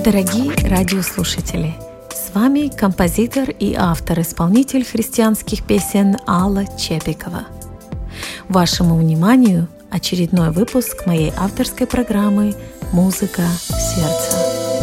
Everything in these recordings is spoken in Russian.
Дорогие радиослушатели, с вами композитор и автор-исполнитель христианских песен Алла Чепикова. Вашему вниманию очередной выпуск моей авторской программы «Музыка сердца».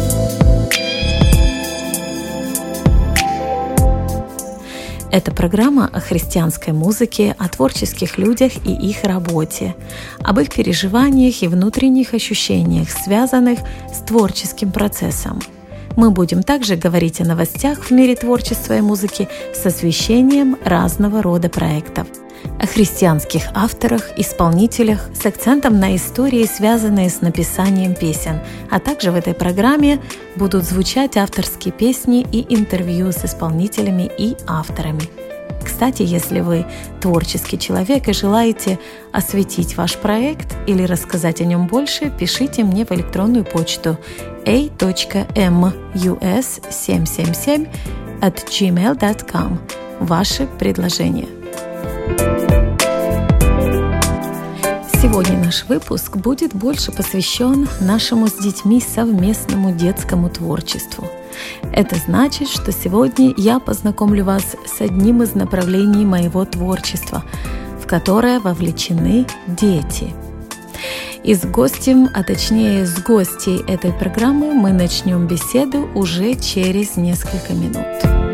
Это программа о христианской музыке, о творческих людях и их работе, об их переживаниях и внутренних ощущениях, связанных с творческим процессом. Мы будем также говорить о новостях в мире творчества и музыки с освещением разного рода проектов, о христианских авторах, исполнителях с акцентом на истории, связанные с написанием песен, а также в этой программе будут звучать авторские песни и интервью с исполнителями и авторами. Кстати, если вы творческий человек и желаете осветить ваш проект или рассказать о нем больше, пишите мне в электронную почту a.mus777@gmail.com. Ваши предложения. Сегодня наш выпуск будет больше посвящен нашему с детьми совместному детскому творчеству. Это значит, что сегодня я познакомлю вас с одним из направлений моего творчества, в которое вовлечены дети. И с гостем, а точнее с гостьей этой программы мы начнем беседу уже через несколько минут.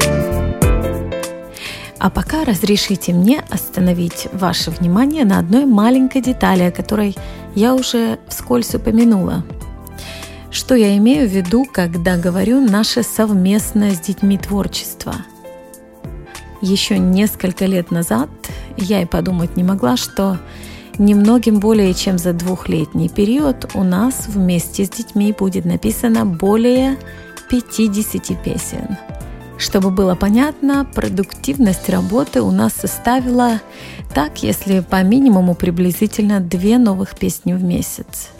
А пока разрешите мне остановить ваше внимание на одной маленькой детали, о которой я уже вскользь упомянула. Что я имею в виду, когда говорю «наше совместное с детьми творчество»? Еще несколько лет назад я и подумать не могла, что немногим более чем за 2-летний период у нас вместе с детьми будет написано более 50 песен. Чтобы было понятно, продуктивность работы у нас составила, так, если по минимуму, приблизительно 2 новых песни в месяц.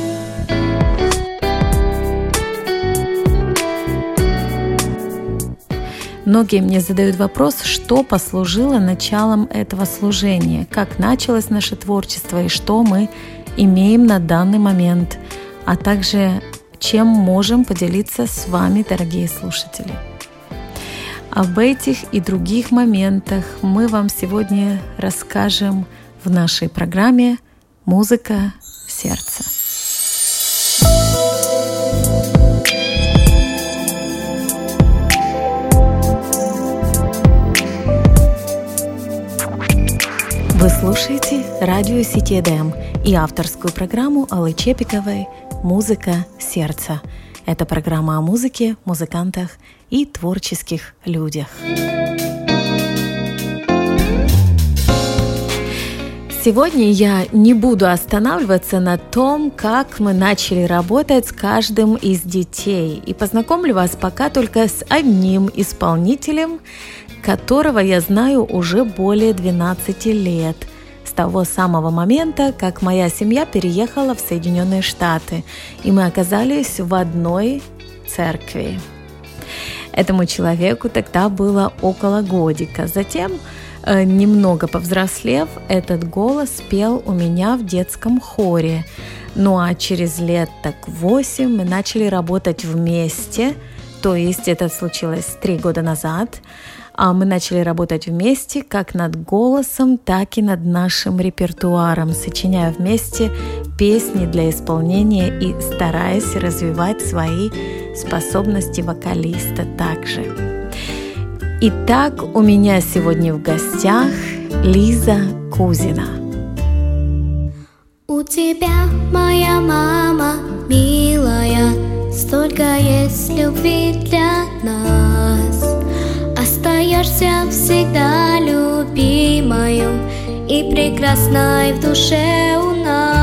Многие мне задают вопрос, что послужило началом этого служения, как началось наше творчество и что мы имеем на данный момент, а также чем можем поделиться с вами, дорогие слушатели. Об этих и других моментах мы вам сегодня расскажем в нашей программе «Музыка сердца». Вы слушаете радио Сити ЭДМ и авторскую программу Аллы Чепиковой «Музыка сердца». Это программа о музыке, музыкантах и творческих людях. Сегодня я не буду останавливаться на том, как мы начали работать с каждым из детей, и познакомлю вас пока только с одним исполнителем, которого я знаю уже более 12 лет, с того самого момента, как моя семья переехала в Соединенные Штаты, и мы оказались в одной церкви. Этому человеку тогда было около годика. Затем, немного повзрослев, этот голос пел у меня в детском хоре. Ну а через лет 8 мы начали работать вместе, то есть это случилось 3 года назад. Мы начали работать вместе как над голосом, так и над нашим репертуаром, сочиняя вместе песни для исполнения и стараясь развивать свои способности вокалиста также. Итак, у меня сегодня в гостях Лиза Кузина. У тебя, моя мама, милая, столько есть любви для нас. Остаешься всегда любимою и прекрасной в душе у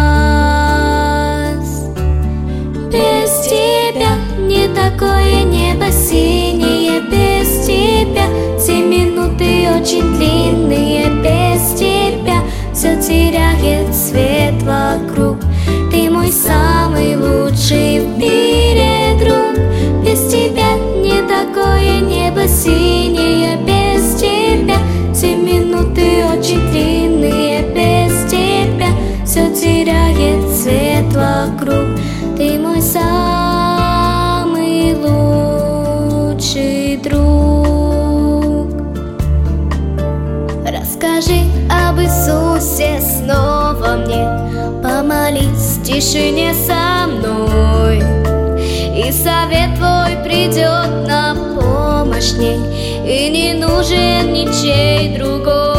нас. Без тебя не такое небо синее, без тебя все минуты очень длинные, без тебя все теряет цвет вокруг. Ты мой самый лучший в мире друг. Без тебя не такое небо синее, без тебя все минуты очень длинные, без тебя все теряет цвет вокруг. Ты мой самый молись в тишине со мной, и совет твой придет на помощь ней, и не нужен ничей другой.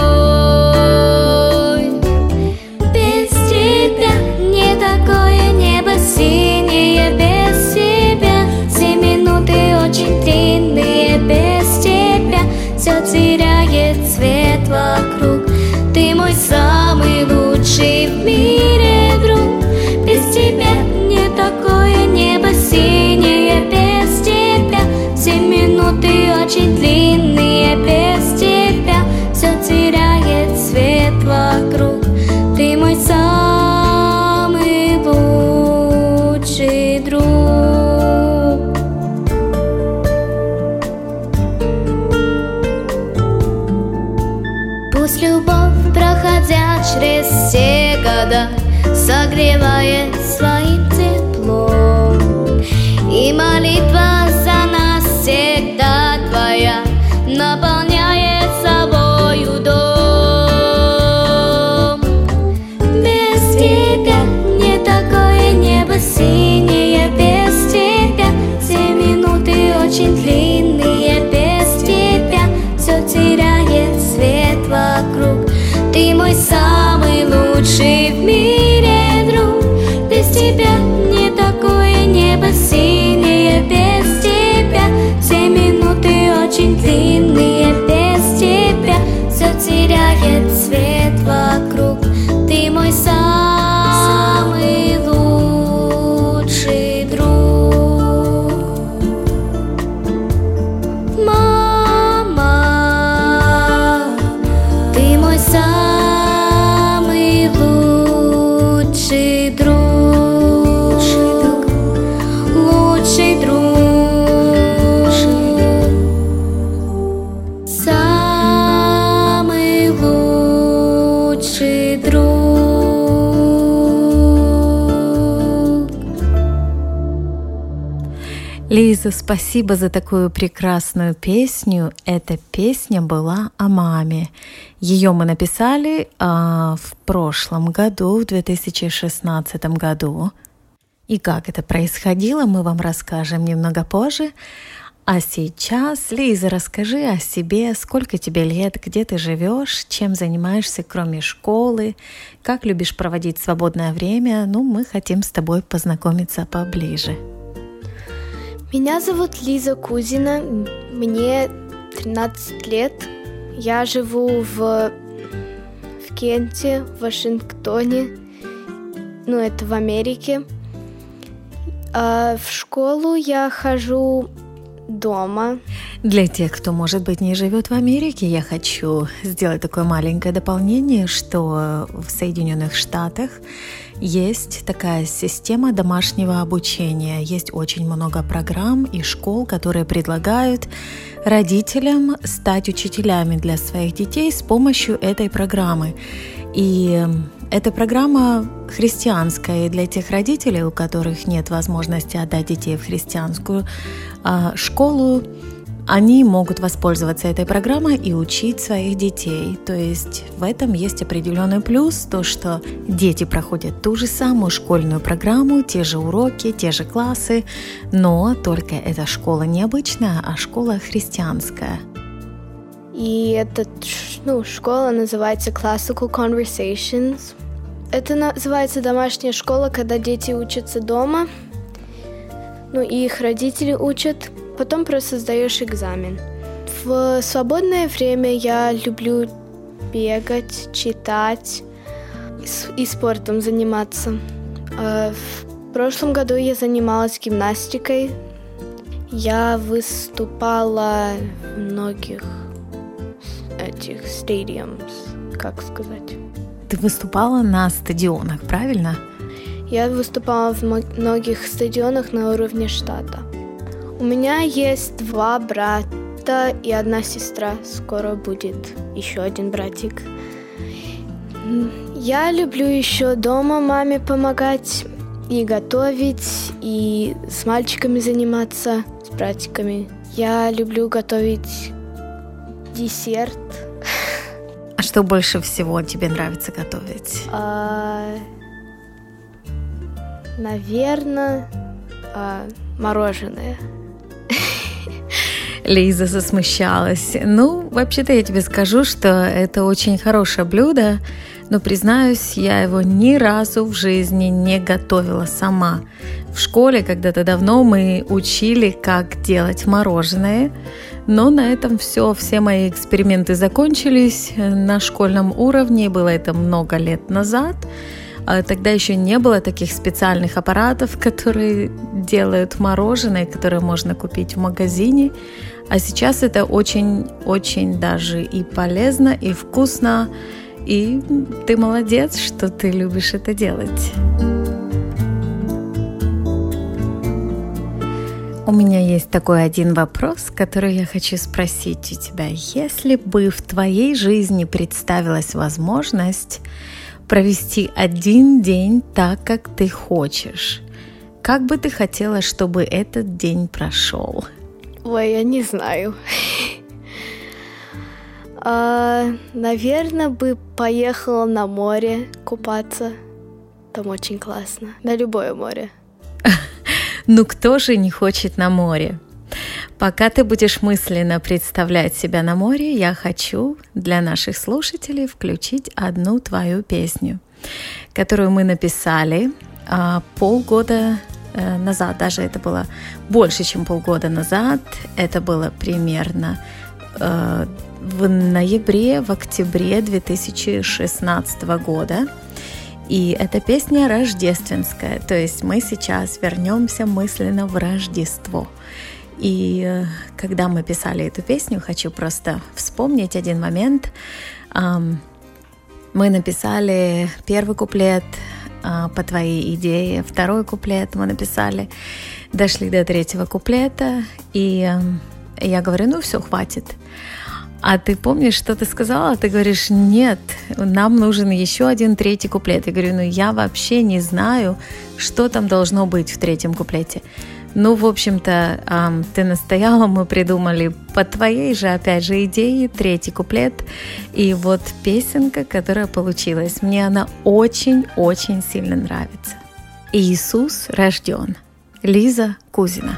Без тебя не такое небо синее, без тебя все минуты очень длинные, без тебя все теряет цвет вокруг. Ты мой самый лучший в мире друг. Без тебя не такое небо синее, без тебя все минуты очень длинные, без тебя все теряет цвет вокруг. Ты мой самый лучший друг. Пусть любовь, проходя через все года, согревает своим теплом, и молитва за нас всегда твоя наполняет собою дом. Без тебя не такое небо синее, без тебя все минуты очень длинные, без тебя все теряет свет вокруг. Ты мой самый лучший в мире друг. Без тебя не такое небо синее, без тебя все минуты очень длинные, без тебя все теряет свет вокруг. Ты мой самый лучший друг. Мама, ты мой самый лучший друг. Лучший друг. Самый лучший друг. Лиза, спасибо за такую прекрасную песню. Эта песня была о маме. Ее мы написали в прошлом году, в 2016 году. И как это происходило, мы вам расскажем немного позже. А сейчас, Лиза, расскажи о себе, сколько тебе лет, где ты живешь, чем занимаешься, кроме школы, как любишь проводить свободное время. Мы хотим с тобой познакомиться поближе. Меня зовут Лиза Кузина, мне 13 лет. Я живу в Кенте, в Вашингтоне, это в Америке. А в школу я хожу дома. Для тех, кто, может быть, не живет в Америке, я хочу сделать такое маленькое дополнение, что в Соединенных Штатах есть такая система домашнего обучения. Есть очень много программ и школ, которые предлагают родителям стать учителями для своих детей с помощью этой программы. И эта программа христианская, и для тех родителей, у которых нет возможности отдать детей в христианскую школу, они могут воспользоваться этой программой и учить своих детей. То есть в этом есть определенный плюс, то, что дети проходят ту же самую школьную программу, те же уроки, те же классы, но только эта школа не обычная, а школа христианская. И эта школа называется Classical Conversations. Это называется домашняя школа, когда дети учатся дома, и их родители учат. Потом просто сдаешь экзамен. В свободное время я люблю бегать, читать и спортом заниматься. В прошлом году я занималась гимнастикой. Я выступала в многих этих stadiums, как сказать. Ты выступала на стадионах, правильно? Я выступала в многих стадионах на уровне штата. У меня есть 2 брата и 1 сестра. Скоро будет еще 1 братик. Я люблю еще дома маме помогать и готовить, и с мальчиками заниматься, с братиками. Я люблю готовить десерт. А что больше всего тебе нравится готовить? Наверное, мороженое. Лиза засмущалась. Ну, вообще-то я тебе скажу, что это очень хорошее блюдо, но, признаюсь, я его ни разу в жизни не готовила сама. В школе когда-то давно мы учили, как делать мороженое, но на этом все мои эксперименты закончились на школьном уровне, было это много лет назад. Тогда еще не было таких специальных аппаратов, которые делают мороженое, которые можно купить в магазине. А сейчас это очень-очень даже и полезно, и вкусно. И ты молодец, что ты любишь это делать. У меня есть такой один вопрос, который я хочу спросить у тебя. Если бы в твоей жизни представилась возможность провести один день так, как ты хочешь, как бы ты хотела, чтобы этот день прошел? Ой, я не знаю. Наверное, бы поехала на море купаться. Там очень классно. На любое море. Ну кто же не хочет на море? Пока ты будешь мысленно представлять себя на море, я хочу для наших слушателей включить одну твою песню, которую мы написали полгода назад. Даже это было больше, чем полгода назад. Это было примерно в ноябре, в октябре 2016 года. И эта песня рождественская, то есть мы сейчас вернемся мысленно в Рождество. И когда мы писали эту песню, хочу просто вспомнить один момент. Мы написали первый куплет по твоей идее, второй куплет мы написали, дошли до третьего куплета, и я говорю, ну все, хватит. А ты помнишь, что ты сказала? Ты говоришь, нет, нам нужен еще один третий куплет. Я говорю, ну я вообще не знаю, что там должно быть в третьем куплете. Ну, в общем-то, ты настояла, мы придумали по твоей же, опять же, идее третий куплет. И вот песенка, которая получилась, мне она очень-очень сильно нравится. «Иисус рожден». Лиза Кузина.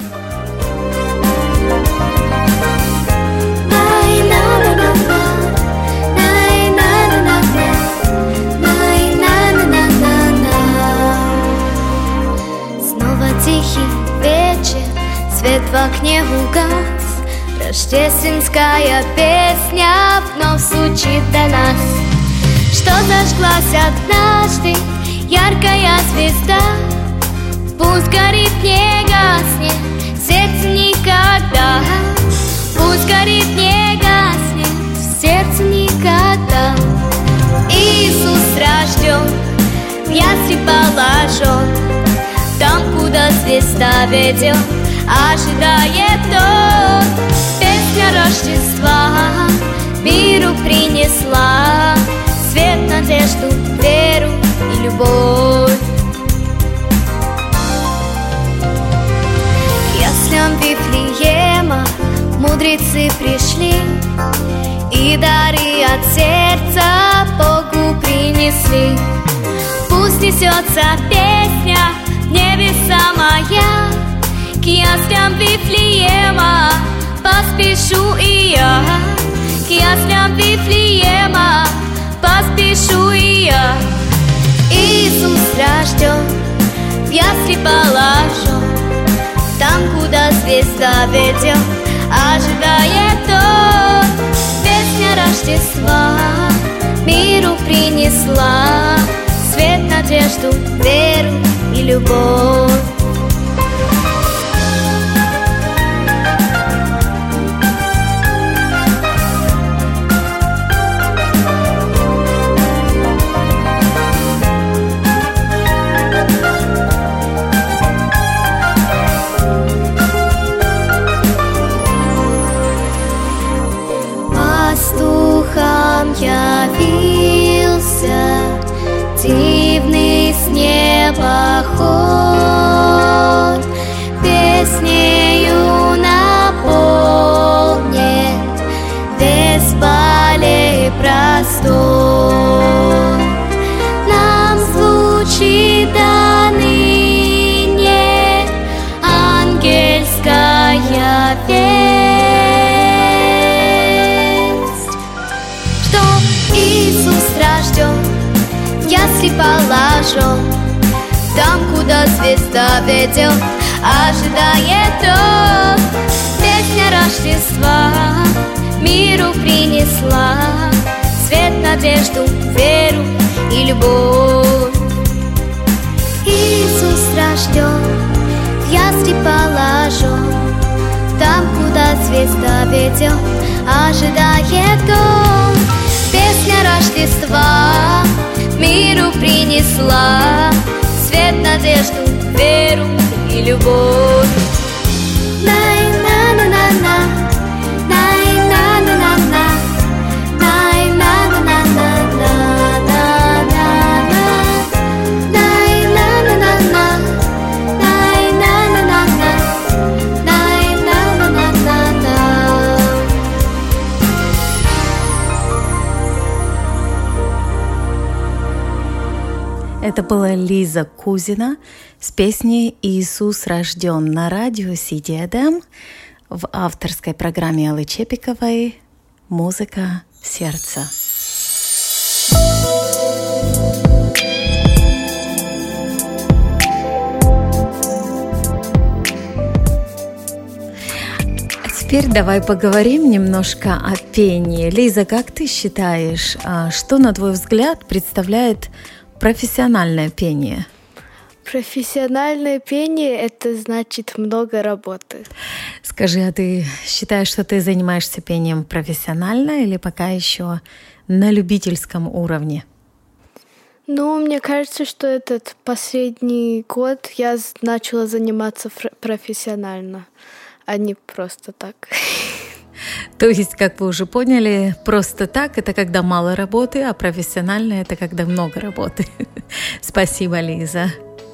Свет в окне угас, рождественская песня вновь звучит до нас. Что зажглась однажды яркая звезда, пусть горит, не гаснет, сердце никогда. Пусть горит, не гаснет, сердце никогда. Иисус рожден, в ясли положен, там, куда звезда ведет, ожидает тот. Песня Рождества миру принесла свет, надежду, веру и любовь. К яслям Вифлеема мудрецы пришли и дары от сердца Богу принесли. Пусть несется песня в небеса моя, к яслям Вифлеема поспешу и я. К яслям Вифлеема поспешу и я. Иисус рожден, в ясли положен, там, куда звезда ведет, ожидает тот. Песня Рождества миру принесла свет, надежду, веру и любовь. Пастухам явился дивный с неба хор, песнею наполнен весь полей простор. Нам звучит ныне ясли положу, там, куда звезда ведет, ожидает дом. Песня Рождества миру принесла свет, надежду, веру и любовь. Иисус рожден, в ясли положен, там, куда звезда ведет, ожидает дом. Песня Рождества миру принесла свет, надежду, веру и любовь. Най-на-на-на-на, най-на-на-на-на, най-на-на-на-на-на, най-на-на-на-на, най-на-на-на-на, най-на-на-на-на. Это была Лиза Кузина с песней «Иисус рожден» на радио CITI-FM в авторской программе Аллы Чепиковой «Музыка сердца». А теперь давай поговорим немножко о пении. Лиза, как ты считаешь, что, на твой взгляд, представляет профессиональное пение? Профессиональное пение – это значит много работы. Скажи, а ты считаешь, что ты занимаешься пением профессионально или пока еще на любительском уровне? Ну, мне кажется, что этот последний год я начала заниматься профессионально, а не просто так. То есть, как вы уже поняли, просто так – это когда мало работы, а профессионально – это когда много работы. Спасибо, Лиза.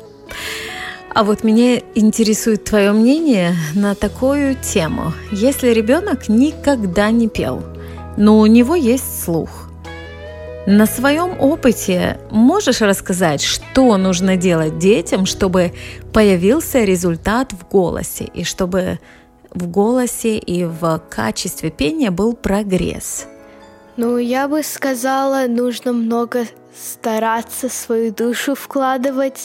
А вот меня интересует твое мнение на такую тему. Если ребенок никогда не пел, но у него есть слух, на своем опыте можешь рассказать, что нужно делать детям, чтобы появился результат в голосе, и чтобы в голосе и в качестве пения был прогресс? Ну, я бы сказала, нужно много стараться, свою душу вкладывать.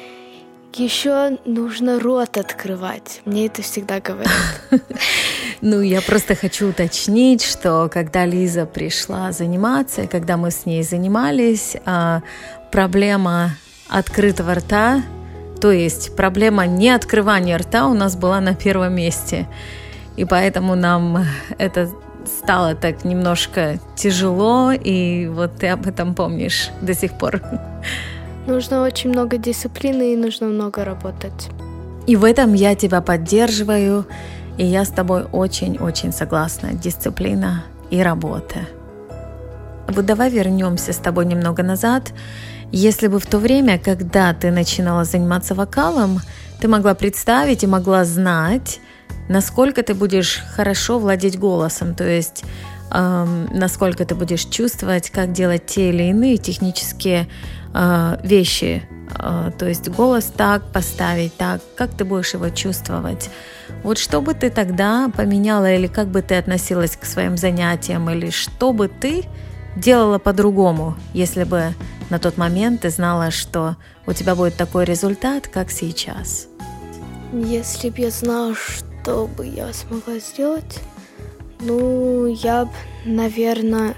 Еще нужно рот открывать. Мне это всегда говорят. Ну, я просто хочу уточнить, что когда Лиза пришла заниматься, когда мы с ней занимались, проблема открытого рта, то есть проблема неоткрывания рта у нас была на первом месте. И поэтому нам это стало так немножко тяжело, и вот ты об этом помнишь до сих пор. Нужно очень много дисциплины и нужно много работать. И в этом я тебя поддерживаю, и я с тобой очень-очень согласна. Дисциплина и работа. Вот давай вернемся с тобой немного назад. Если бы в то время, когда ты начинала заниматься вокалом, ты могла представить и могла знать, насколько ты будешь хорошо владеть голосом, то есть насколько ты будешь чувствовать, как делать те или иные технические вещи, то есть голос так поставить, так, как ты будешь его чувствовать. Вот что бы ты тогда поменяла, или как бы ты относилась к своим занятиям, или что бы ты делала по-другому, если бы на тот момент ты знала, что у тебя будет такой результат, как сейчас? Если бы я знала, что бы я смогла сделать, ну, я бы, наверное,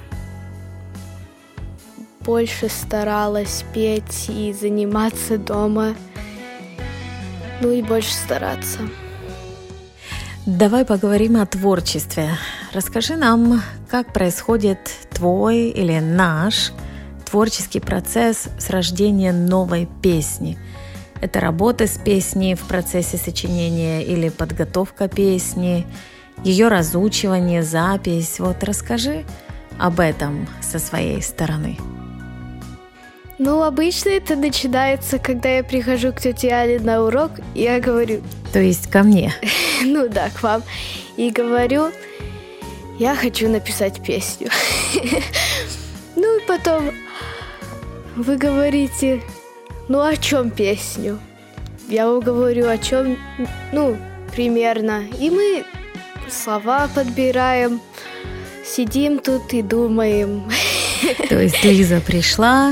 больше старалась петь и заниматься дома, ну и больше стараться. Давай поговорим о творчестве. Расскажи нам, как происходит твой или наш творческий процесс с рождения новой песни. Это работа с песней в процессе сочинения или подготовка песни, ее разучивание, запись. Вот расскажи об этом со своей стороны. Ну, обычно это начинается, когда я прихожу к тете Але на урок, и я говорю... То есть ко мне? Ну да, к вам. И говорю, я хочу написать песню. Ну и потом вы говорите, ну о чем песню? Я вам говорю, о чем, ну, примерно. И мы слова подбираем, сидим тут и думаем. То есть Лиза пришла с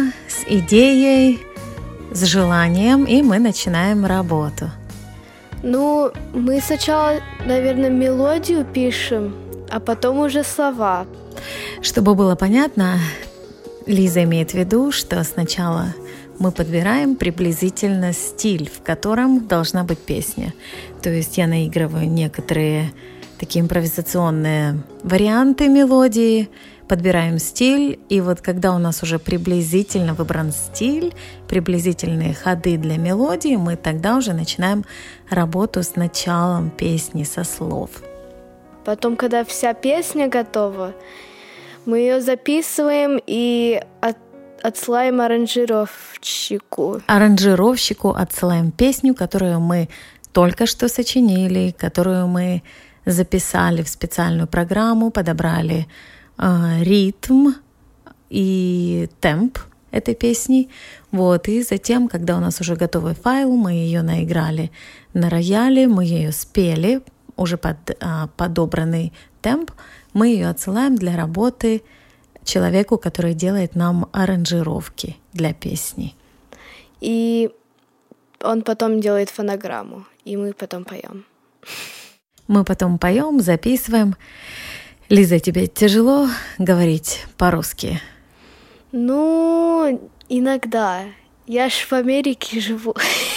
идеей, с желанием, и мы начинаем работу. Ну, мы сначала, наверное, мелодию пишем, а потом уже слова. Чтобы было понятно, Лиза имеет в виду, что сначала мы подбираем приблизительно стиль, в котором должна быть песня. То есть я наигрываю некоторые такие импровизационные варианты мелодии, подбираем стиль, и вот когда у нас уже приблизительно выбран стиль, приблизительные ходы для мелодии, мы тогда уже начинаем работу с началом песни, со слов. Потом, когда вся песня готова, мы ее записываем и отсылаем аранжировщику. Аранжировщику отсылаем песню, которую мы только что сочинили, которую мы записали в специальную программу, подобрали ритм и темп этой песни. Вот. И затем, когда у нас уже готовый файл, мы ее наиграли на рояле, мы ее спели, уже под подобранный темп, мы ее отсылаем для работы человеку, который делает нам аранжировки для песни. И он потом делает фонограмму, и мы потом поем. Мы потом поем, записываем. Лиза, тебе тяжело говорить по-русски? Ну, иногда. Я ж в Америке живу.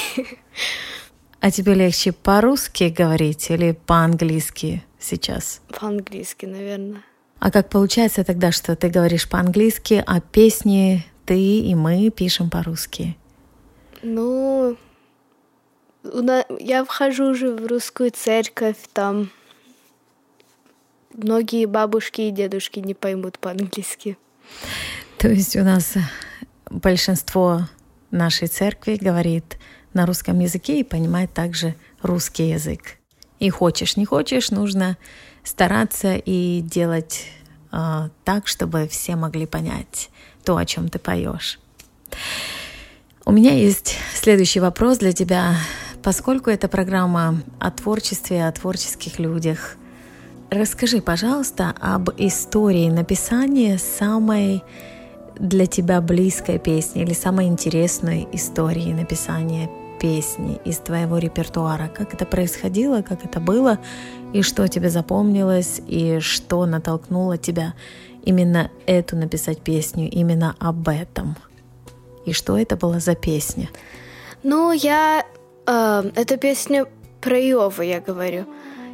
А тебе легче по-русски говорить или по-английски сейчас? По-английски, наверное. А как получается тогда, что ты говоришь по-английски, а песни ты и мы пишем по-русски? Ну, я вхожу уже в русскую церковь, там многие бабушки и дедушки не поймут по-английски. То есть у нас большинство нашей церкви говорит на русском языке и понимает также русский язык. И хочешь, не хочешь, нужно стараться и делать так, чтобы все могли понять то, о чем ты поешь. У меня есть следующий вопрос для тебя. Поскольку это программа о творчестве, о творческих людях, расскажи, пожалуйста, об истории написания самой для тебя близкой песни или самой интересной истории написания песни из твоего репертуара. Как это происходило, как это было, и что тебе запомнилось, и что натолкнуло тебя именно эту написать песню, именно об этом. И что это была за песня? Ну, это песня про Иова, я говорю.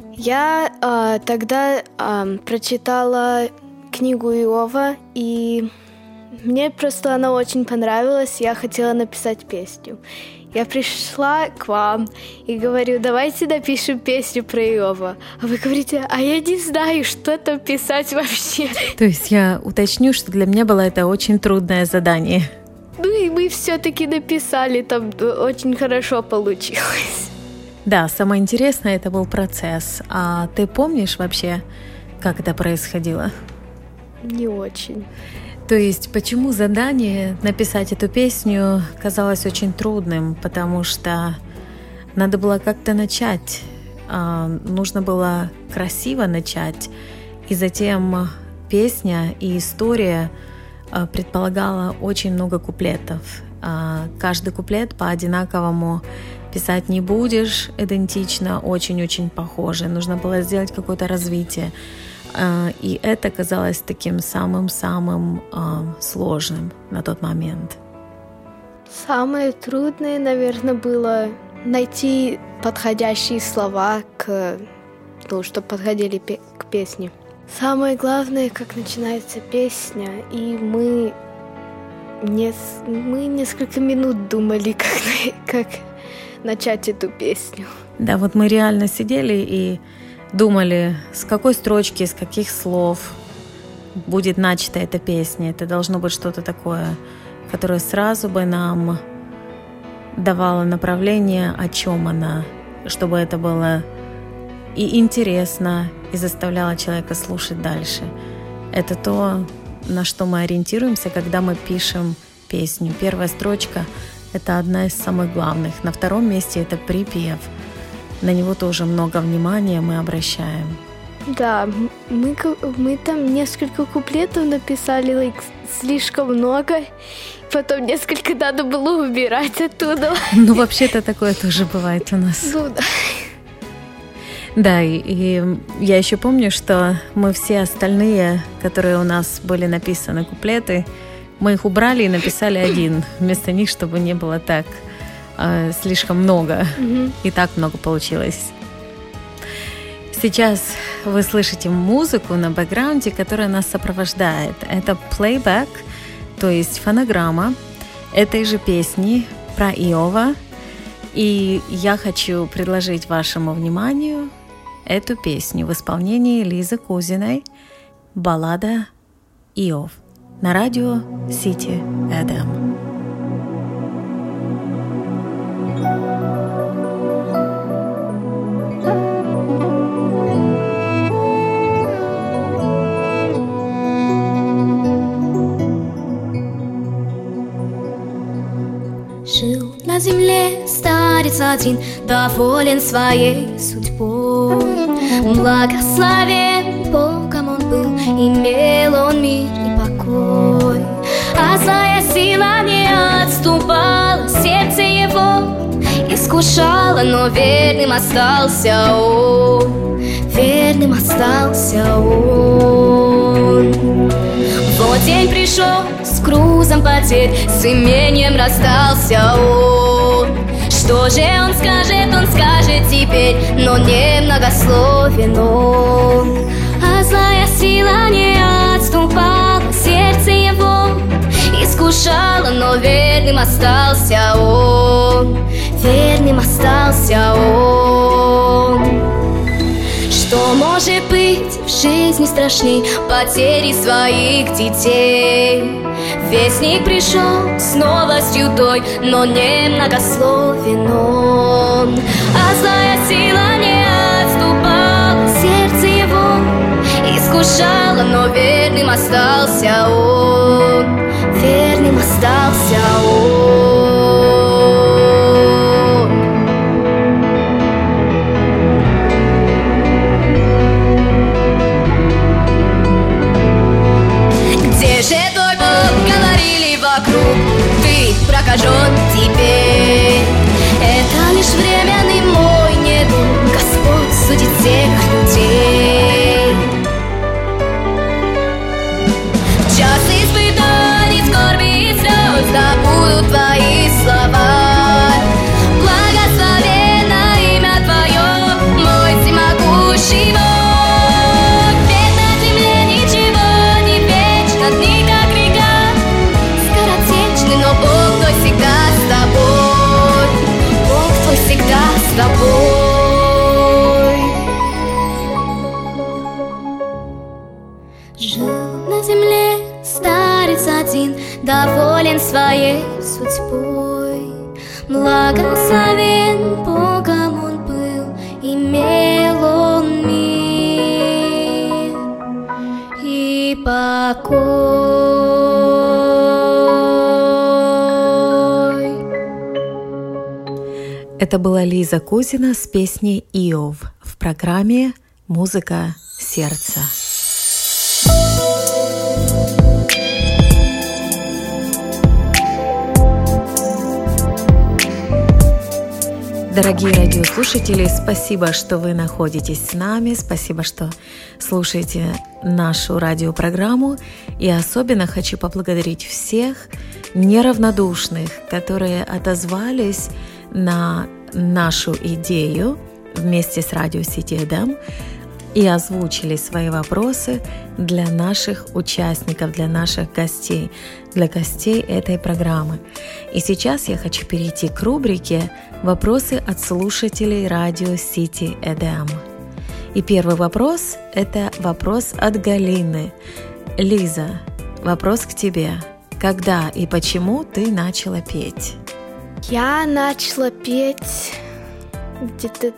Я тогда прочитала книгу Иова, и мне просто она очень понравилась, я хотела написать песню. Я пришла к вам и говорю, давайте напишем песню про Иова. А вы говорите, а я не знаю, что там писать вообще. То есть я уточню, что для меня было это очень трудное задание. Ну и мы все-таки написали, там очень хорошо получилось. Да, самое интересное это был процесс. А ты помнишь вообще, как это происходило? Не очень. То есть почему задание написать эту песню казалось очень трудным? Потому что надо было как-то начать, нужно было красиво начать, и затем песня и история предполагала очень много куплетов. Каждый куплет по-одинаковому писать не будешь идентично, очень-очень похоже. Нужно было сделать какое-то развитие. И это казалось таким самым-самым сложным на тот момент. Самое трудное, наверное, было найти подходящие слова, чтобы подходили к песне. Самое главное, как начинается песня, и мы несколько минут думали, как начать эту песню. Да, вот мы реально сидели и думали, с какой строчки, с каких слов будет начата эта песня. Это должно быть что-то такое, которое сразу бы нам давало направление, о чем она, чтобы это было и интересно, и заставляло человека слушать дальше. Это то, на что мы ориентируемся, когда мы пишем песню. Первая строчка — это одна из самых главных. На втором месте это припев. На него тоже много внимания мы обращаем. Да, мы там несколько куплетов написали, слишком много. Потом несколько надо было убирать оттуда. Ну, вообще-то такое тоже бывает у нас. Ну, да. Да, и я еще помню, что мы все остальные, которые у нас были написаны куплеты, мы их убрали и написали один вместо них, чтобы не было так слишком много. И так много получилось. Сейчас вы слышите музыку на бэкграунде, которая нас сопровождает. Это плейбэк, то есть фонограмма этой же песни про Иова. И я хочу предложить вашему вниманию эту песню в исполнении Лизы Кузиной «Баллада Иов» на радио City FM. Жил на земле старец один, доволен своей судьбой. Благословен Богом он был, имел он мир и покой. А злая сила не отступала, сердце его искушало, но верным остался он, верным остался он. Вот день пришел с грузом потерь, с имением расстался он. Что же он скажет теперь, но не многословен он. А злая сила не отступала, сердце его искушало, но верным остался он, верным остался он. Что может быть в жизни страшней потери своих детей? Вестник пришел с новостью той, но не многословен он. А злая сила не отступала, сердце его искушало, но верным остался он, верным остался он. Где же твой Бог, говорили вокруг, ты прокажен теперь. Это лишь временный мой недуг, Господь судит всех людей. В час испытаний, скорби и слез, да будут твои слова. Благословенно имя твое, мой всемогущий Бог. С тобой. Жил на земле старец один, доволен своей судьбой. Благословен Богом он был, имел он мир и покой. Это была Лиза Кузина с песней «Иов» в программе «Музыка сердца». Дорогие радиослушатели, спасибо, что вы находитесь с нами, спасибо, что слушаете нашу радиопрограмму. И особенно хочу поблагодарить всех неравнодушных, которые отозвались на нашу идею вместе с радио City FM и озвучили свои вопросы для наших участников, для наших гостей, для гостей этой программы. И сейчас я хочу перейти к рубрике «Вопросы от слушателей радио City FM». И первый вопрос – это вопрос от Галины. Лиза, вопрос к тебе. Когда и почему ты начала петь? Я начала петь где-то...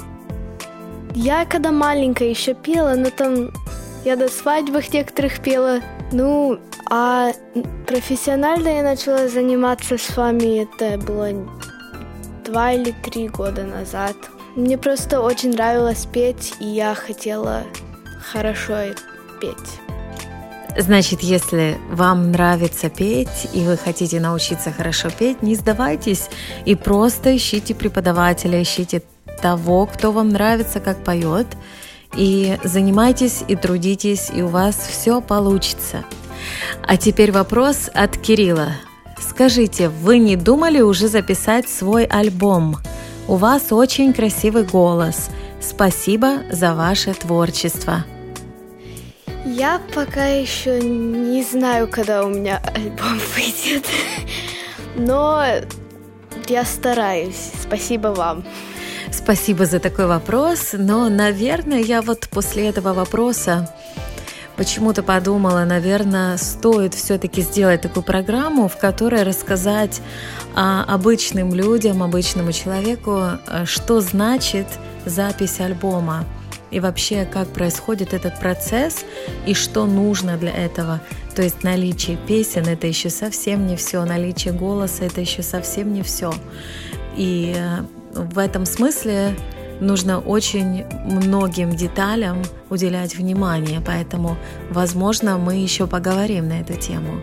Я когда маленькая еще пела, но там я до свадьбах некоторых пела. Ну, а профессионально я начала заниматься с вами, это было 2 или 3 года назад. Мне просто очень нравилось петь, и я хотела хорошо петь. Значит, если вам нравится петь, и вы хотите научиться хорошо петь, не сдавайтесь и просто ищите преподавателя, ищите того, кто вам нравится, как поет, и занимайтесь, и трудитесь, и у вас все получится. А теперь вопрос от Кирилла. Скажите, вы не думали уже записать свой альбом? У вас очень красивый голос. Спасибо за ваше творчество. Я пока еще не знаю, когда у меня альбом выйдет, но я стараюсь. Спасибо вам. Спасибо за такой вопрос, но, наверное, я вот после этого вопроса почему-то подумала, наверное, стоит все-таки сделать такую программу, в которой рассказать обычным людям, обычному человеку, что значит запись альбома. И вообще, как происходит этот процесс и что нужно для этого. То есть наличие песен – это еще совсем не все, наличие голоса – это еще совсем не все. И в этом смысле нужно очень многим деталям уделять внимание, поэтому, возможно, мы еще поговорим на эту тему.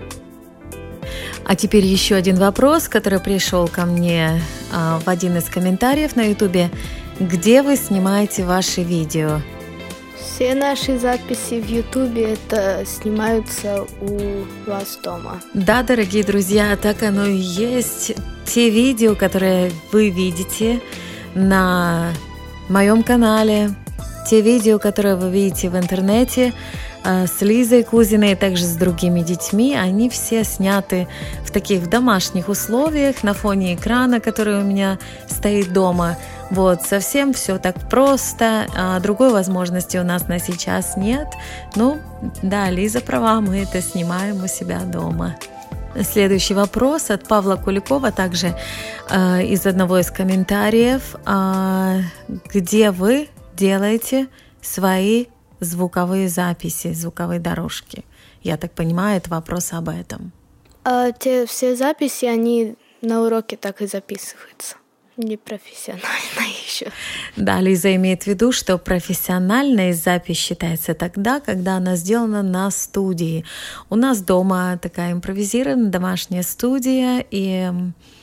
А теперь еще один вопрос, который пришел ко мне в один из комментариев на YouTube. Где вы снимаете ваши видео? Все наши записи в YouTube это снимаются у вас дома. Да, дорогие друзья, так оно и есть. Те видео, которые вы видите на моем канале, те видео, которые вы видите в интернете с Лизой Кузиной и также с другими детьми, они все сняты в таких домашних условиях на фоне экрана, который у меня стоит дома. Вот, совсем все так просто, другой возможности у нас на сейчас нет. Ну, да, Лиза права, мы это снимаем у себя дома. Следующий вопрос от Павла Куликова, также из одного из комментариев. Где вы делаете свои звуковые записи, звуковые дорожки? Я так понимаю, это вопрос об этом. Те все записи, они на уроке так и записываются. Не профессионально еще. Да, Лиза имеет в виду, что профессиональная запись считается тогда, когда она сделана на студии. У нас дома такая импровизированная домашняя студия, и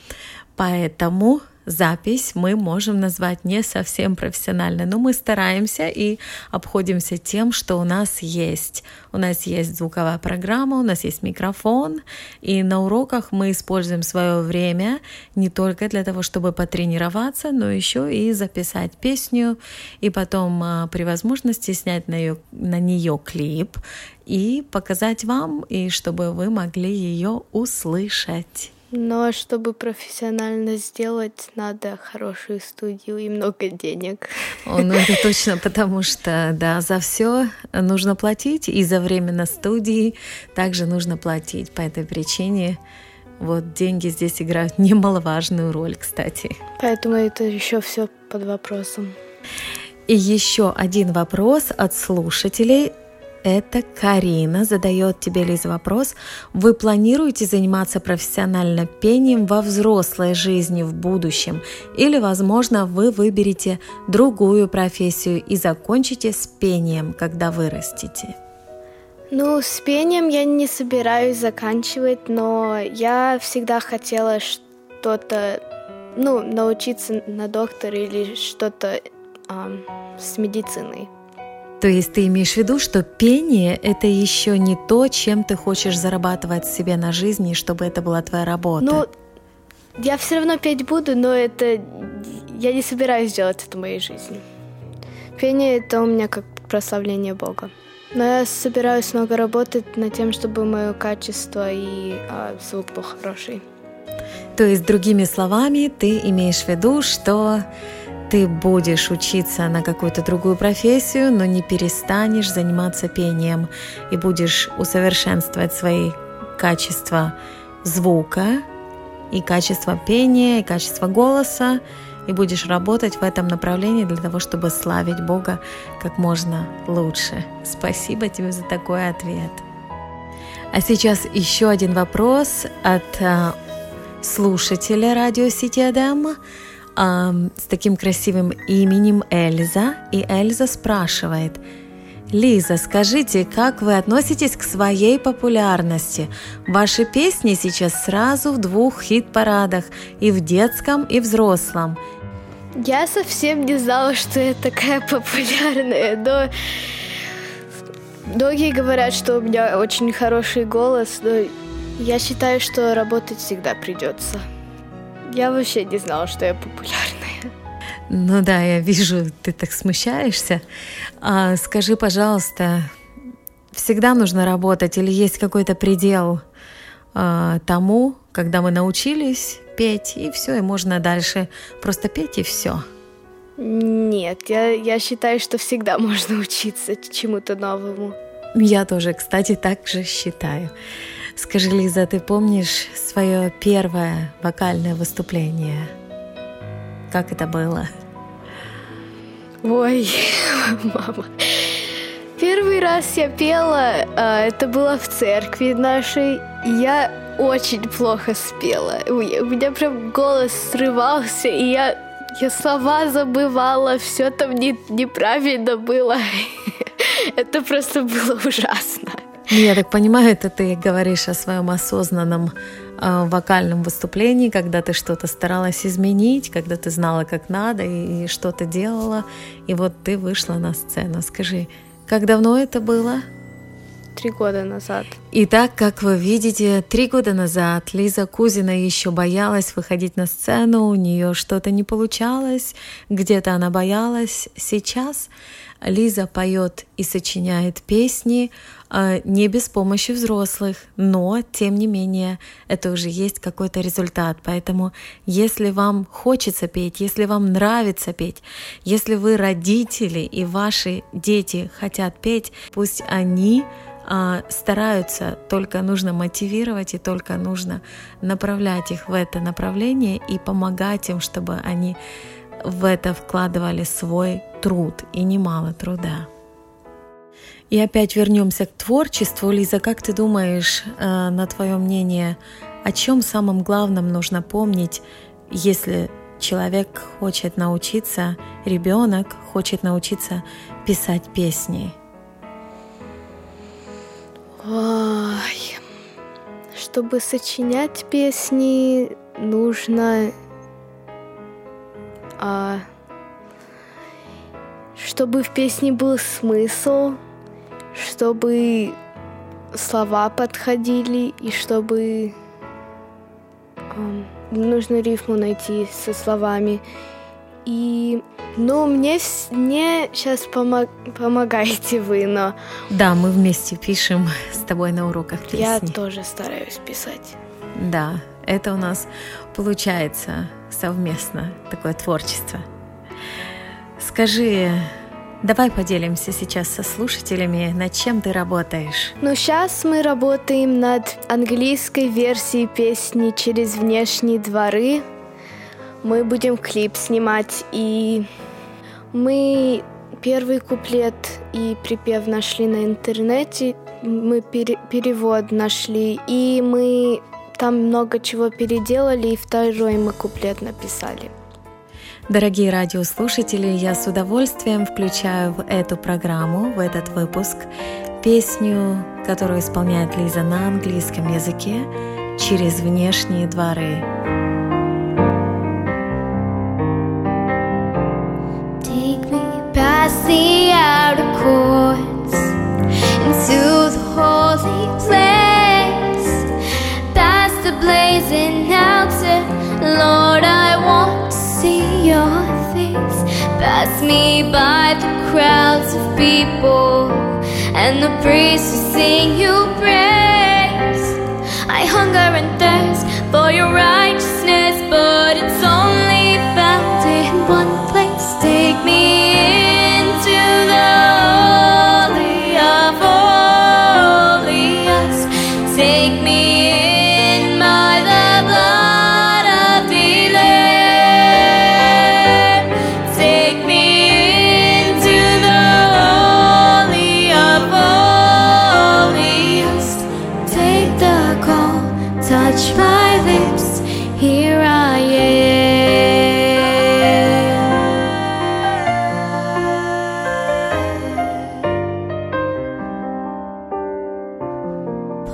поэтому запись мы можем назвать не совсем профессиональной, но мы стараемся и обходимся тем, что у нас есть. У нас есть звуковая программа, у нас есть микрофон, и на уроках мы используем свое время не только для того, чтобы потренироваться, но еще и записать песню, и потом при возможности снять на нее клип и показать вам, и чтобы вы могли ее услышать. Но чтобы профессионально сделать, надо хорошую студию и много денег. Ну, это точно, потому что, да, за все нужно платить, и за время на студии также нужно платить. По этой причине вот деньги здесь играют немаловажную роль, кстати. Поэтому это еще все под вопросом. И еще один вопрос от слушателей. Это Карина задает тебе, Лиза, вопрос. Вы планируете заниматься профессионально пением во взрослой жизни в будущем? Или, возможно, вы выберете другую профессию и закончите с пением, когда вырастете? Ну, с пением я не собираюсь заканчивать, но я всегда хотела что-то, научиться на доктора или что-то с медициной. То есть ты имеешь в виду, что пение – это еще не то, чем ты хочешь зарабатывать себе на жизнь, и чтобы это была твоя работа? Ну, я все равно петь буду, но я не собираюсь делать это в моей жизни. Пение – это у меня как прославление Бога. Но я собираюсь много работать над тем, чтобы мое качество и звук был хороший. То есть, другими словами, ты имеешь в виду, что ты будешь учиться на какую-то другую профессию, но не перестанешь заниматься пением и будешь усовершенствовать свои качества звука и качество пения, и качество голоса, и будешь работать в этом направлении для того, чтобы славить Бога как можно лучше. Спасибо тебе за такой ответ. А сейчас еще один вопрос от слушателя радио City FM с таким красивым именем Эльза. И Эльза спрашивает: Лиза, скажите, как вы относитесь к своей популярности? Ваши песни сейчас сразу в 2 хит-парадах, и в детском, и взрослом. Я совсем не знала, что я такая популярная, но многие говорят, что у меня очень хороший голос, но я считаю, что работать всегда придется. Я вообще не знала, что я популярная. Ну да, я вижу, ты так смущаешься. Скажи, пожалуйста, всегда нужно работать или есть какой-то предел тому, когда мы научились петь, и все, и можно дальше просто петь, и все? Нет, я считаю, что всегда можно учиться чему-то новому. Я тоже, кстати, так же считаю. Скажи, Лиза, ты помнишь свое первое вокальное выступление? Как это было? Ой, мама. Первый раз я пела, это было в церкви нашей, и я очень плохо спела. У меня прям голос срывался, и я слова забывала, все там неправильно было. Это просто было ужасно. Я так понимаю, это ты говоришь о своем осознанном вокальном выступлении, когда ты что-то старалась изменить, когда ты знала, как надо, и что-то делала, и вот ты вышла на сцену. Скажи, как давно это было? 3 года назад. Итак, как вы видите, 3 года назад Лиза Кузина еще боялась выходить на сцену, у нее что-то не получалось, где-то она боялась. Сейчас Лиза поет и сочиняет песни не без помощи взрослых, но, тем не менее, это уже есть какой-то результат. Поэтому, если вам хочется петь, если вам нравится петь, если вы родители и ваши дети хотят петь, пусть они стараются, только нужно мотивировать и только нужно направлять их в это направление и помогать им, чтобы они в это вкладывали свой труд, и немало труда. И опять вернемся к творчеству. Лиза, как ты думаешь, на твое мнение, о чем самом главном нужно помнить, если человек хочет научиться, ребенок хочет научиться писать песни? Ой, чтобы сочинять песни, нужно, чтобы в песне был смысл, чтобы слова подходили, и чтобы нужно рифму найти со словами. И, мне сейчас помогаете вы, но... Да, мы вместе пишем с тобой на уроках песни. Я тоже стараюсь писать. Да, это у нас получается совместно, такое творчество. Скажи, давай поделимся сейчас со слушателями, над чем ты работаешь. Сейчас мы работаем над английской версией песни «Через внешние дворы». Мы будем клип снимать, и мы первый куплет и припев нашли на интернете, мы перевод нашли, и мы там много чего переделали, и второй мы куплет написали. Дорогие радиослушатели, я с удовольствием включаю в эту программу, в этот выпуск, песню, которую исполняет Лиза на английском языке «Через внешние дворы». Past the outer courts, into the holy place, past the blazing altar, Lord, I want to see your face. Pass me by the crowds of people and the priests who sing you praise. I hunger and thirst for your righteousness, but it's only found in one place. Take me into the holy of holies. Take me in by the blood of the Lamb. Take me into the holy of holies. Take the call, touch my lips, here I am.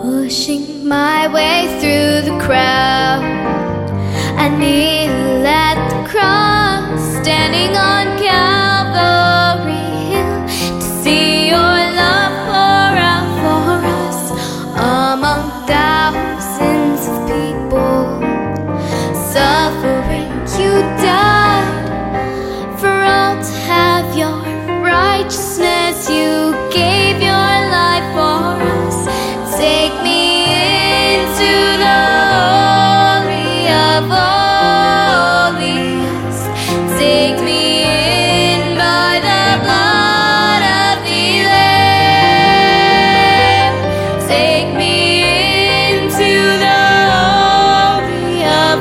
pushing my way through the crowd. I kneel at the cross, standing on Calvary Hill, to see your love pour out for us among thousands of people suffering. You died for all to have your righteousness. You gave your life for us. Take me into the holy of holies. Take me in by the blood of the Lamb. Take me into the holy of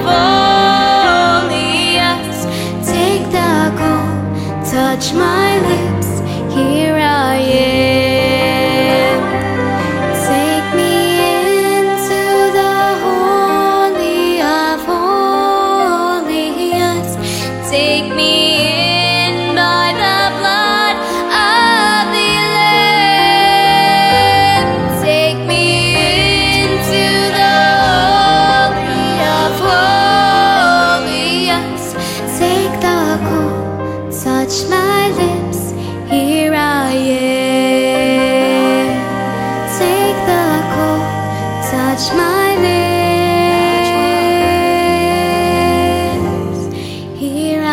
holies. Take the gold, touch my lips, here I am. Take me into the holy of holies. Take me in by the blood of the Lamb. Take me into the holy of holies. Take the gold, touch my lips, here I am. Take the gold, touch my lips, here I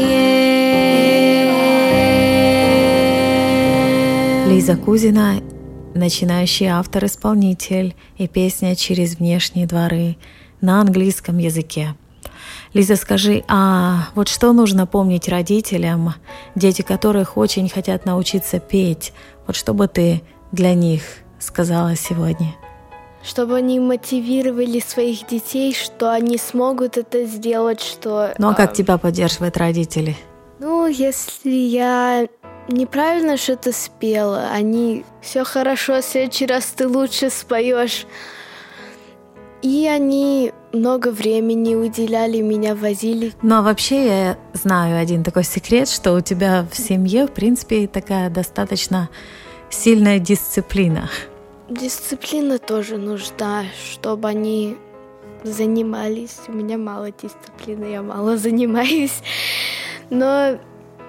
am. Лиза Кузина, начинающий автор-исполнитель и песня «Через внешние дворы» на английском языке. Лиза, скажи, а вот что нужно помнить родителям, дети которых очень хотят научиться петь? Вот что бы ты для них сказала сегодня? Чтобы они мотивировали своих детей, что они смогут это сделать, что... Ну а как тебя поддерживают родители? Ну, если я неправильно что-то спела, они все хорошо, в следующий раз ты лучше споешь. И они много времени уделяли, меня возили. Ну а вообще я знаю один такой секрет, что у тебя в семье, в принципе, такая достаточно сильная дисциплина. Дисциплина тоже нужна, чтобы они занимались. У меня мало дисциплины, я мало занимаюсь. Но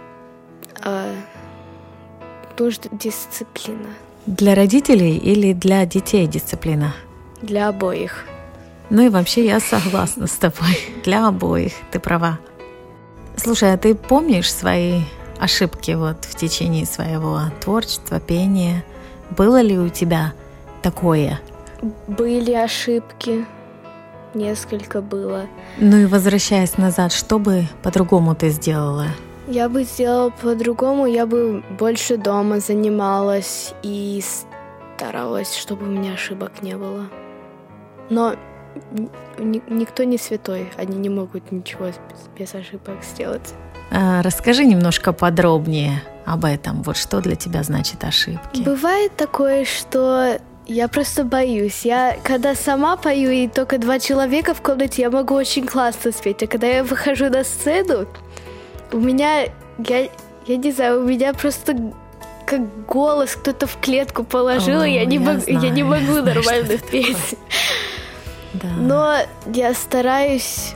нужна дисциплина. Для родителей или для детей дисциплина? Для обоих. Ну и вообще я согласна с тобой. Для обоих, ты права. Слушай, а ты помнишь свои ошибки вот в течение своего творчества, пения? Было ли у тебя такое? Были ошибки. Несколько было. Ну и возвращаясь назад, что бы по-другому ты сделала? Я бы сделала по-другому. Я бы больше дома занималась и старалась, чтобы у меня ошибок не было. Но никто не святой, они не могут ничего без ошибок сделать. Расскажи немножко подробнее об этом. Вот что для тебя значит ошибки? Бывает такое, что я просто боюсь. Я когда сама пою и только 2 человека в комнате, я могу очень классно спеть. А когда я выхожу на сцену, у меня, я не знаю, у меня просто как голос кто-то в клетку положил, и я не могу нормально петь. Да. Но я стараюсь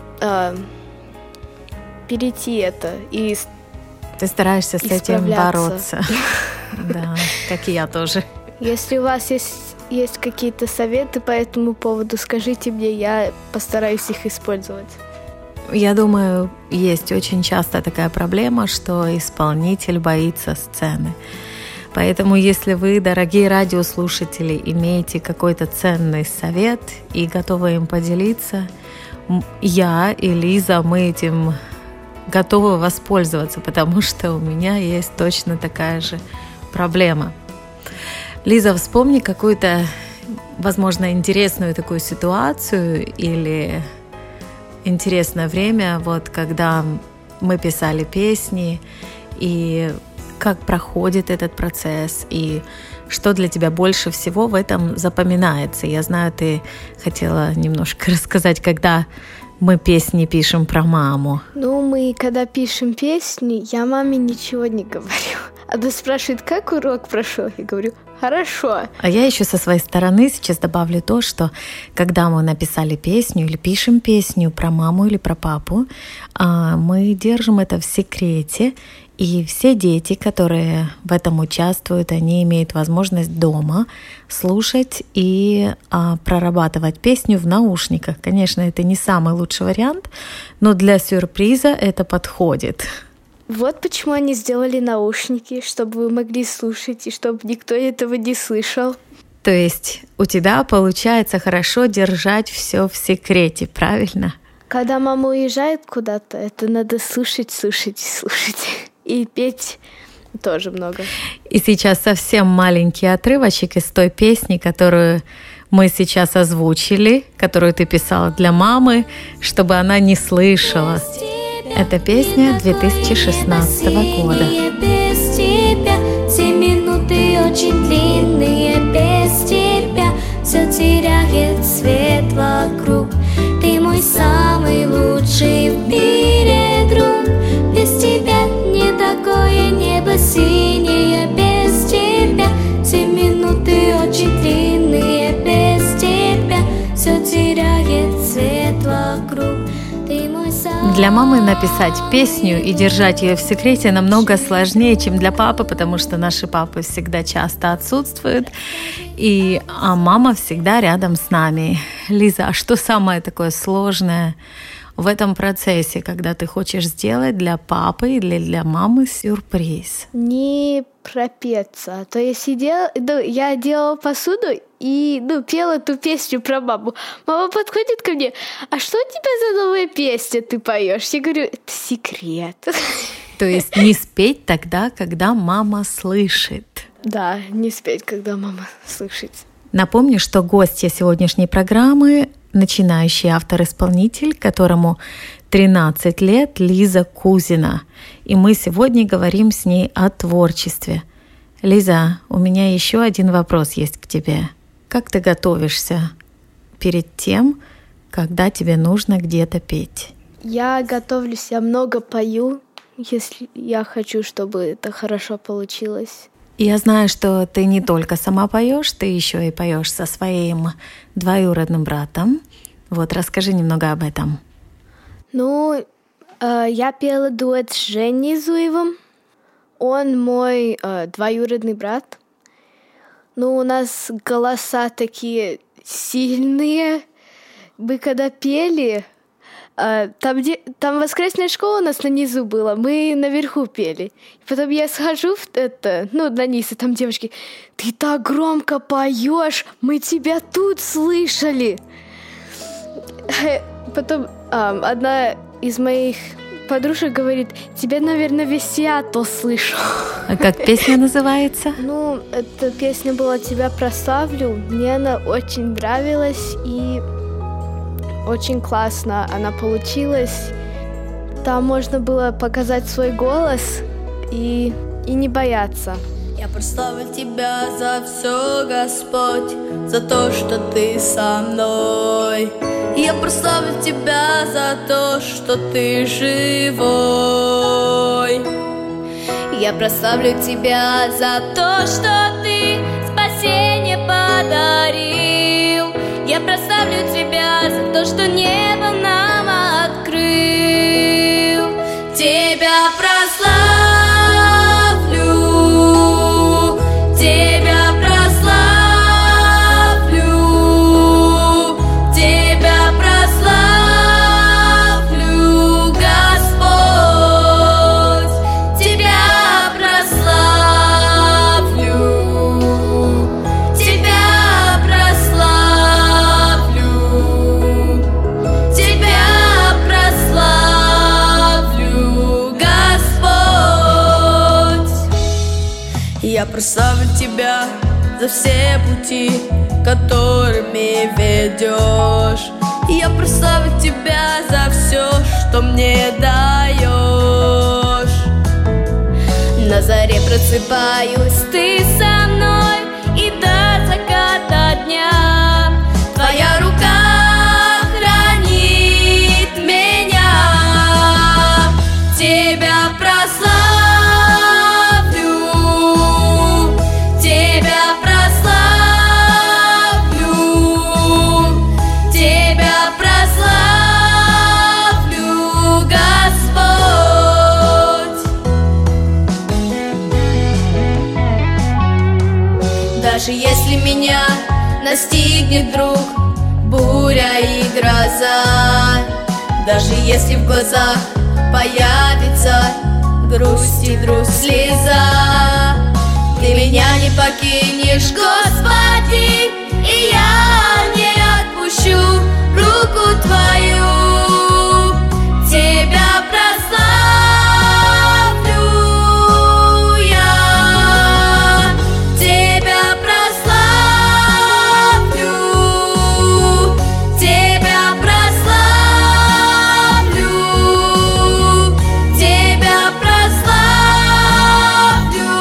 перейти это и ты стараешься с этим бороться. Да, как и я тоже. Если у вас есть какие-то советы по этому поводу, скажите мне, я постараюсь их использовать. Я думаю, есть очень часто такая проблема, что исполнитель боится сцены. Поэтому, если вы, дорогие радиослушатели, имеете какой-то ценный совет и готовы им поделиться, я и Лиза, мы этим готовы воспользоваться, потому что у меня есть точно такая же проблема. Лиза, вспомни какую-то, возможно, интересную такую ситуацию или интересное время, вот когда мы писали песни, и как проходит этот процесс, и что для тебя больше всего в этом запоминается. Я знаю, ты хотела немножко рассказать, когда мы песни пишем про маму. Ну, мы когда пишем песни, я маме ничего не говорю. Она спрашивает, как урок прошел? Я говорю, Хорошо. А я еще со своей стороны сейчас добавлю то, что когда мы написали песню или пишем песню про маму или про папу, мы держим это в секрете, и все дети, которые в этом участвуют, они имеют возможность дома слушать и прорабатывать песню в наушниках. Конечно, это не самый лучший вариант, но для сюрприза это подходит. Вот почему они сделали наушники, чтобы вы могли слушать и чтобы никто этого не слышал. То есть у тебя получается хорошо держать все в секрете, правильно? Когда мама уезжает куда-то, это надо слушать. И петь тоже много. И сейчас совсем маленький отрывочек из той песни, которую мы сейчас озвучили, которую ты писала для мамы, чтобы она не слышала. Это песня 2016 года. Без тебя все минуты очень длинные. Без тебя все теряет цвет вокруг. Ты мой самый лучший в мире друг. Без тебя не такое небо синее. Без тебя все минуты очень длинные. Без тебя все теряет цвет вокруг. Для мамы написать песню и держать ее в секрете намного сложнее, чем для папы, потому что наши папы всегда часто отсутствуют, а мама всегда рядом с нами. Лиза, а что самое такое сложное в этом процессе, когда ты хочешь сделать для папы или для мамы сюрприз? Не пропеться. То есть я делала посуду и пела ту песню про маму. Мама подходит ко мне: а что у тебя за новая песня ты поешь? Я говорю: это секрет. То есть не спеть тогда, когда мама слышит. Да, не спеть, когда мама слышит. Напомню, что гостья сегодняшней программы — начинающий автор-исполнитель, которому 13 лет, Лиза Кузина. И мы сегодня говорим с ней о творчестве. Лиза, у меня еще один вопрос есть к тебе. Как ты готовишься перед тем, когда тебе нужно где-то петь? Я готовлюсь, я много пою, если я хочу, чтобы это хорошо получилось. Я знаю, что ты не только сама поешь, ты еще и поешь со своим двоюродным братом. Вот, расскажи немного об этом. Я пела дуэт с Женей Зуевым. Он мой двоюродный брат. У нас голоса такие сильные. Мы когда пели, там воскресная школа у нас на низу была, мы наверху пели. И потом я схожу на низ, и там девочки: ты так громко поешь, мы тебя тут слышали. Потом одна из моих подружек говорит: тебя, наверное, весь Сиэтл слышал. А как песня называется? Эта песня была «Тебя прославлю». Мне она очень нравилась и очень классно она получилась. Там можно было показать свой голос и не бояться. Я прославлю Тебя за все, Господь, за то, что Ты со мной. Я прославлю Тебя за то, что Ты живой. Я прославлю Тебя за то, что Ты спасение подарил. Я прославлю Тебя за то, что небо нам открыл. Тебя прославлю. Я прославлю Тебя за все пути, которыми ведешь. Я прославлю Тебя за все, что мне даешь. На заре просыпаюсь, Ты со мной, и до заката дня Твоя рука хранит меня. Тебя прославлю. Тебя прославлю. если меня настигнет вдруг буря и гроза, даже если в глазах появится грусть и вдруг слеза, Ты меня не покинешь, Господи, и я не отпущу руку Твою. Тебя прославлю я, Тебя прославлю, Тебя прославлю, Тебя прославлю,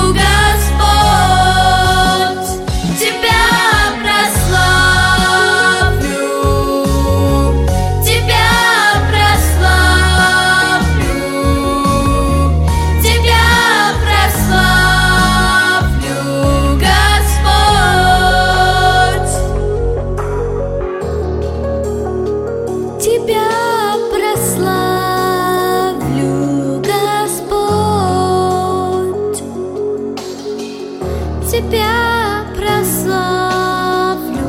Господь, Тебя прославлю, Тебя прославлю, Тебя прославлю, Господь. Тебя прославлю, Господь. Тебя прославлю,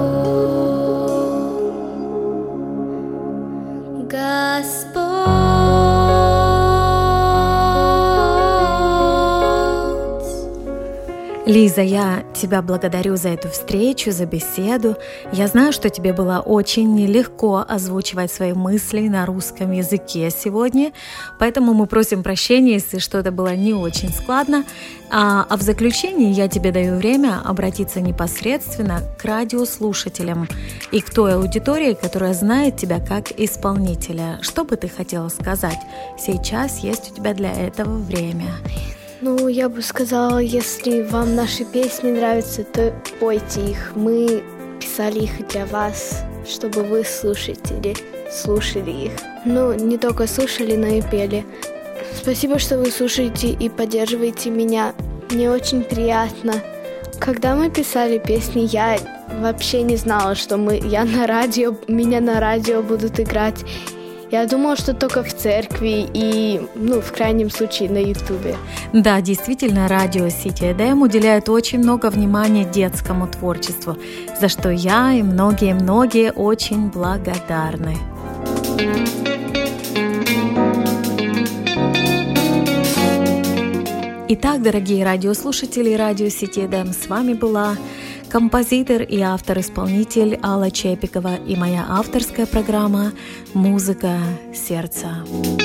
Господь. Лиза, я тебя благодарю за эту встречу, за беседу. Я знаю, что тебе было очень нелегко озвучивать свои мысли на русском языке сегодня, поэтому мы просим прощения, если что-то было не очень складно. А в заключении я тебе даю время обратиться непосредственно к радиослушателям и к той аудитории, которая знает тебя как исполнителя. Что бы ты хотела сказать? Сейчас есть у тебя для этого время. Ну, я бы сказала, если вам наши песни нравятся, то пойте их. Мы писали их для вас, чтобы вы, слушатели, слушали их. Ну, не только слушали, но и пели. Спасибо, что вы слушаете и поддерживаете меня. Мне очень приятно. Когда мы писали песни, я вообще не знала, что меня на радио будут играть. Я думала, что только в церкви и, в крайнем случае, на Ютубе. Да, действительно, радио City EDM уделяет очень много внимания детскому творчеству, за что я и многие-многие очень благодарны. Итак, дорогие радиослушатели радио City EDM, с вами была композитор и автор-исполнитель Алла Чепикова и моя авторская программа «Музыка сердца».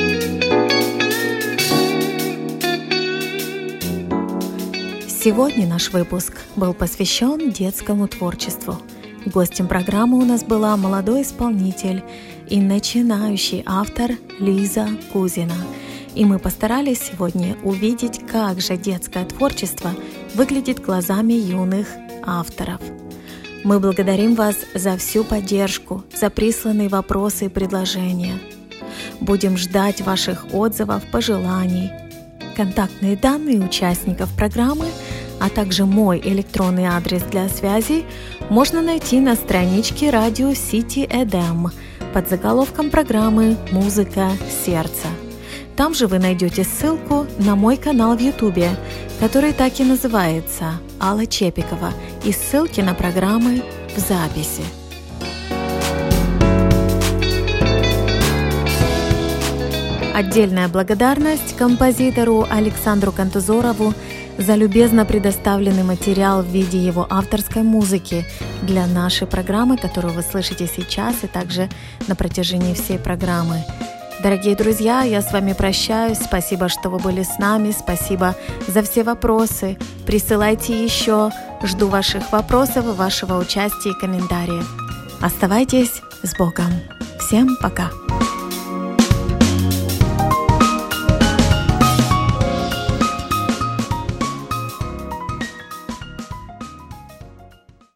Сегодня наш выпуск был посвящен детскому творчеству. Гостем программы у нас была молодой исполнитель и начинающий автор Лиза Кузина. И мы постарались сегодня увидеть, как же детское творчество выглядит глазами юных авторов. Мы благодарим вас за всю поддержку, за присланные вопросы и предложения. Будем ждать ваших отзывов, пожеланий. Контактные данные участников программы, а также мой электронный адрес для связи можно найти на страничке радио City EDM под заголовком программы «Музыка сердца». Там же вы найдете ссылку на мой канал в Ютубе, который так и называется «Алла Чепикова», и ссылки на программы в записи. Отдельная благодарность композитору Александру Кантузорову за любезно предоставленный материал в виде его авторской музыки для нашей программы, которую вы слышите сейчас и также на протяжении всей программы. Дорогие друзья, я с вами прощаюсь. Спасибо, что вы были с нами. Спасибо за все вопросы. Присылайте еще. Жду ваших вопросов, вашего участия и комментариев. Оставайтесь с Богом. Всем пока.